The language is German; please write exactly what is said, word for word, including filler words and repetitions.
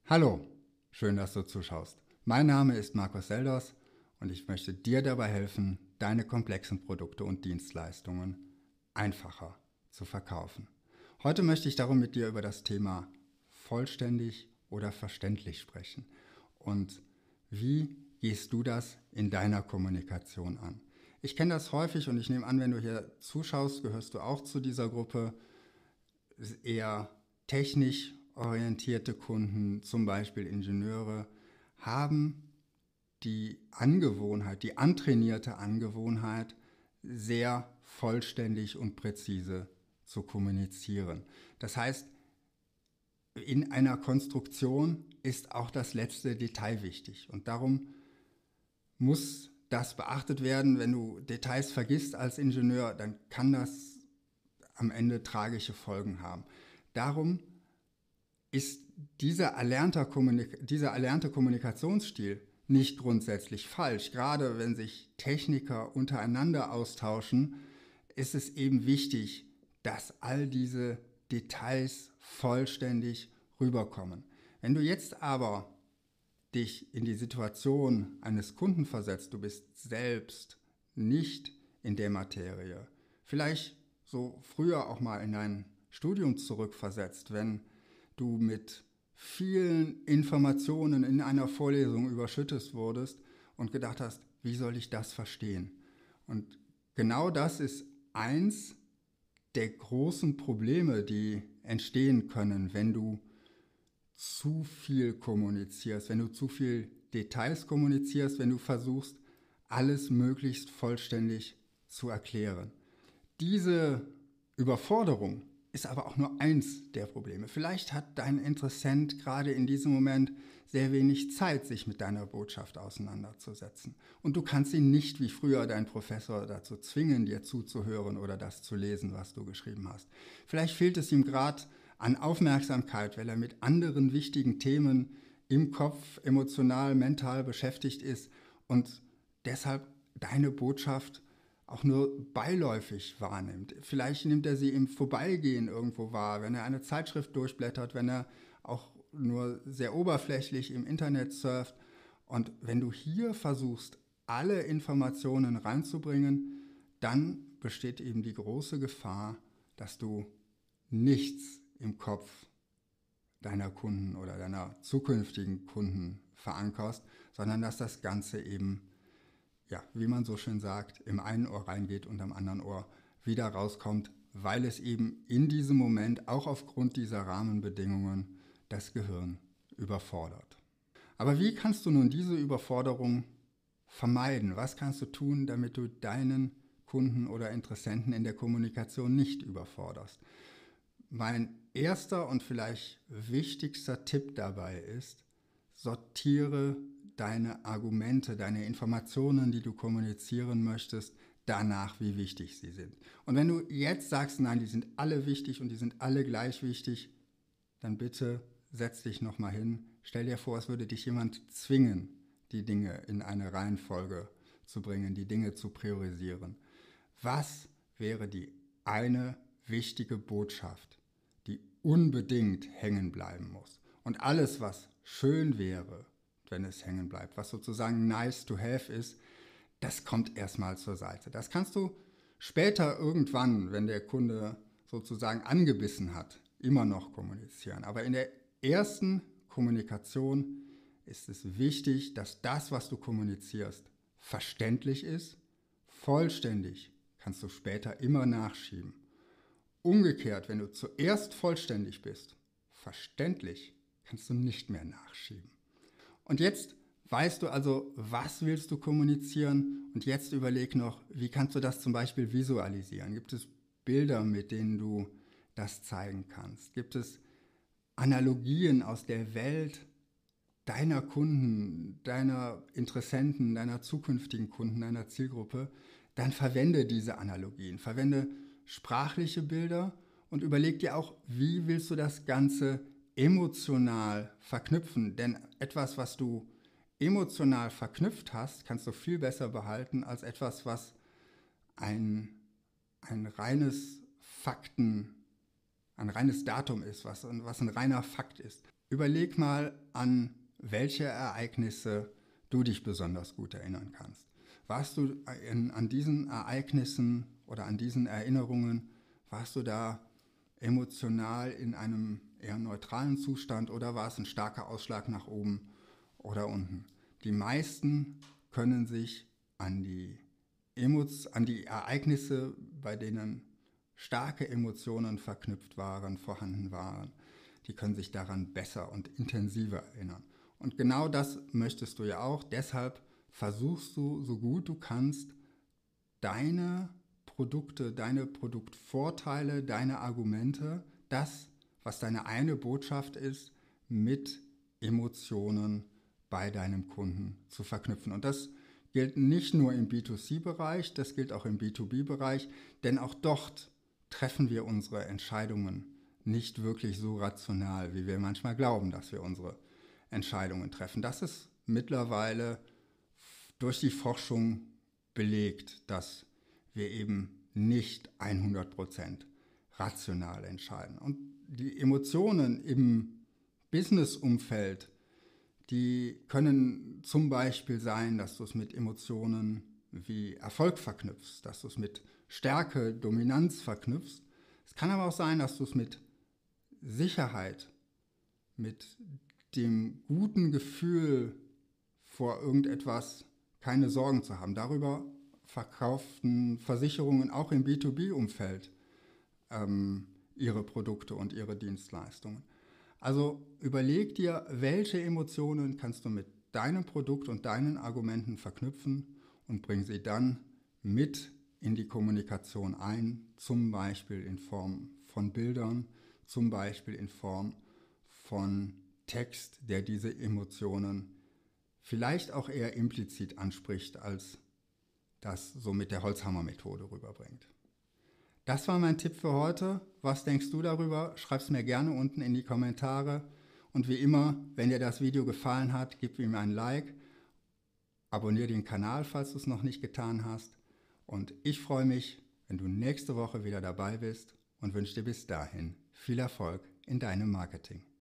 Hallo, schön, dass du zuschaust. Mein Name ist Markus Selders und ich möchte dir dabei helfen, deine komplexen Produkte und Dienstleistungen einfacher zu verkaufen. Heute möchte ich darum mit dir über das Thema vollständig oder verständlich sprechen. Und wie gehst du das in deiner Kommunikation an? Ich kenne das häufig und ich nehme an, wenn du hier zuschaust, gehörst du auch zu dieser Gruppe, eher technisch orientierte Kunden, zum Beispiel Ingenieure, haben die Angewohnheit, die antrainierte Angewohnheit, sehr vollständig und präzise zu kommunizieren. Das heißt, in einer Konstruktion ist auch das letzte Detail wichtig und darum muss das beachtet werden. Wenn du Details vergisst als Ingenieur, dann kann das am Ende tragische Folgen haben. Darum ist dieser erlernte, Kommunik- dieser erlernte Kommunikationsstil nicht grundsätzlich falsch. Gerade wenn sich Techniker untereinander austauschen, ist es eben wichtig, dass all diese Details vollständig rüberkommen. Wenn du jetzt aber dich in die Situation eines Kunden versetzt, du bist selbst nicht in der Materie, vielleicht so früher auch mal in dein Studium zurückversetzt, wenn du mit vielen Informationen in einer Vorlesung überschüttet wurdest und gedacht hast, wie soll ich das verstehen? Und genau das ist eins der großen Probleme, die entstehen können, wenn du zu viel kommunizierst, wenn du zu viel Details kommunizierst, wenn du versuchst, alles möglichst vollständig zu erklären. Diese Überforderung ist aber auch nur eins der Probleme. Vielleicht hat dein Interessent gerade in diesem Moment sehr wenig Zeit, sich mit deiner Botschaft auseinanderzusetzen. Und du kannst ihn nicht wie früher dein Professor dazu zwingen, dir zuzuhören oder das zu lesen, was du geschrieben hast. Vielleicht fehlt es ihm gerade an Aufmerksamkeit, weil er mit anderen wichtigen Themen im Kopf emotional, mental beschäftigt ist und deshalb deine Botschaft auch nur beiläufig wahrnimmt. Vielleicht nimmt er sie im Vorbeigehen irgendwo wahr, wenn er eine Zeitschrift durchblättert, wenn er auch nur sehr oberflächlich im Internet surft. Und wenn du hier versuchst, alle Informationen reinzubringen, dann besteht eben die große Gefahr, dass du nichts im Kopf deiner Kunden oder deiner zukünftigen Kunden verankerst, sondern dass das Ganze eben, ja, wie man so schön sagt, im einen Ohr reingeht und am anderen Ohr wieder rauskommt, weil es eben in diesem Moment auch aufgrund dieser Rahmenbedingungen das Gehirn überfordert. Aber wie kannst du nun diese Überforderung vermeiden? Was kannst du tun, damit du deinen Kunden oder Interessenten in der Kommunikation nicht überforderst? Mein erster und vielleicht wichtigster Tipp dabei ist, sortiere deine Argumente, deine Informationen, die du kommunizieren möchtest, danach, wie wichtig sie sind. Und wenn du jetzt sagst, nein, die sind alle wichtig und die sind alle gleich wichtig, dann bitte setz dich nochmal hin. Stell dir vor, es würde dich jemand zwingen, die Dinge in eine Reihenfolge zu bringen, die Dinge zu priorisieren. Was wäre die eine wichtige Botschaft, die unbedingt hängen bleiben muss? Und alles, was schön wäre, wenn es hängen bleibt, was sozusagen nice to have ist, das kommt erstmal zur Seite. Das kannst du später irgendwann, wenn der Kunde sozusagen angebissen hat, immer noch kommunizieren. Aber in der ersten Kommunikation ist es wichtig, dass das, was du kommunizierst, verständlich ist, vollständig kannst du später immer nachschieben. Umgekehrt, wenn du zuerst vollständig bist, verständlich, kannst du nicht mehr nachschieben. Und jetzt weißt du also, was willst du kommunizieren? Und jetzt überleg noch, wie kannst du das zum Beispiel visualisieren? Gibt es Bilder, mit denen du das zeigen kannst? Gibt es Analogien aus der Welt deiner Kunden, deiner Interessenten, deiner zukünftigen Kunden, deiner Zielgruppe? Dann verwende diese Analogien, verwende sprachliche Bilder und überleg dir auch, wie willst du das Ganze emotional verknüpfen. Denn etwas, was du emotional verknüpft hast, kannst du viel besser behalten als etwas, was ein, ein reines Fakten ein reines Datum ist, was, was ein reiner Fakt ist. Überleg mal, an welche Ereignisse du dich besonders gut erinnern kannst. Warst du in, an diesen Ereignissen oder an diesen Erinnerungen, warst du da emotional in einem eher neutralen Zustand oder war es ein starker Ausschlag nach oben oder unten? Die meisten können sich an die, Emo- an die Ereignisse, bei denen starke Emotionen verknüpft waren, vorhanden waren, die können sich daran besser und intensiver erinnern. Und genau das möchtest du ja auch. Deshalb versuchst du, so gut du kannst, deine Produkte, deine Produktvorteile, deine Argumente, das, was deine eine Botschaft ist, mit Emotionen bei deinem Kunden zu verknüpfen. Und das gilt nicht nur im B zwei C-Bereich, das gilt auch im B zwei B-Bereich, denn auch dort treffen wir unsere Entscheidungen nicht wirklich so rational, wie wir manchmal glauben, dass wir unsere Entscheidungen treffen. Das ist mittlerweile durch die Forschung belegt, dass wir eben nicht hundert Prozent rational entscheiden. Und die Emotionen im Business-Umfeld, die können zum Beispiel sein, dass du es mit Emotionen wie Erfolg verknüpfst, dass du es mit Stärke, Dominanz verknüpfst. Es kann aber auch sein, dass du es mit Sicherheit, mit dem guten Gefühl vor irgendetwas keine Sorgen zu haben. Darüber verkauften Versicherungen auch im B zwei B-Umfeld ähm, ihre Produkte und ihre Dienstleistungen. Also überleg dir, welche Emotionen kannst du mit deinem Produkt und deinen Argumenten verknüpfen und bring sie dann mit in die Kommunikation ein, zum Beispiel in Form von Bildern, zum Beispiel in Form von Text, der diese Emotionen vielleicht auch eher implizit anspricht, als das so mit der Holzhammer-Methode rüberbringt. Das war mein Tipp für heute. Was denkst du darüber? Schreib es mir gerne unten in die Kommentare. Und wie immer, wenn dir das Video gefallen hat, gib ihm ein Like, abonniere den Kanal, falls du es noch nicht getan hast. Und ich freue mich, wenn du nächste Woche wieder dabei bist und wünsche dir bis dahin viel Erfolg in deinem Marketing.